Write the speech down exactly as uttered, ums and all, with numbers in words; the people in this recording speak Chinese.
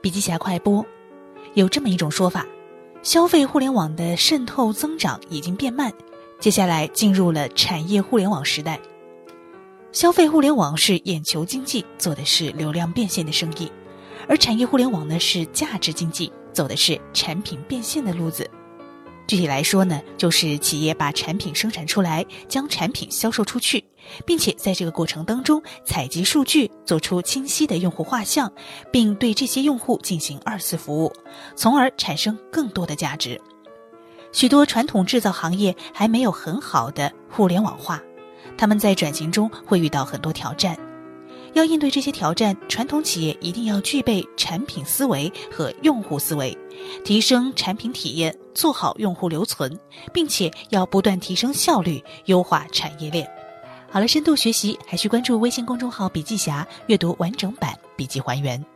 笔记侠快播，有这么一种说法，消费互联网的渗透增长已经变慢，接下来进入了产业互联网时代。消费互联网是眼球经济，做的是流量变现的生意，而产业互联网呢是价值经济，走的是产品变现的路子。具体来说呢，就是企业把产品生产出来，将产品销售出去，并且在这个过程当中采集数据，做出清晰的用户画像，并对这些用户进行二次服务，从而产生更多的价值。许多传统制造行业还没有很好的互联网化，他们在转型中会遇到很多挑战。要应对这些挑战，传统企业一定要具备产品思维和用户思维，提升产品体验，做好用户留存，并且要不断提升效率，优化产业链。好了，深度学习还需关注微信公众号笔记侠，阅读完整版笔记还原。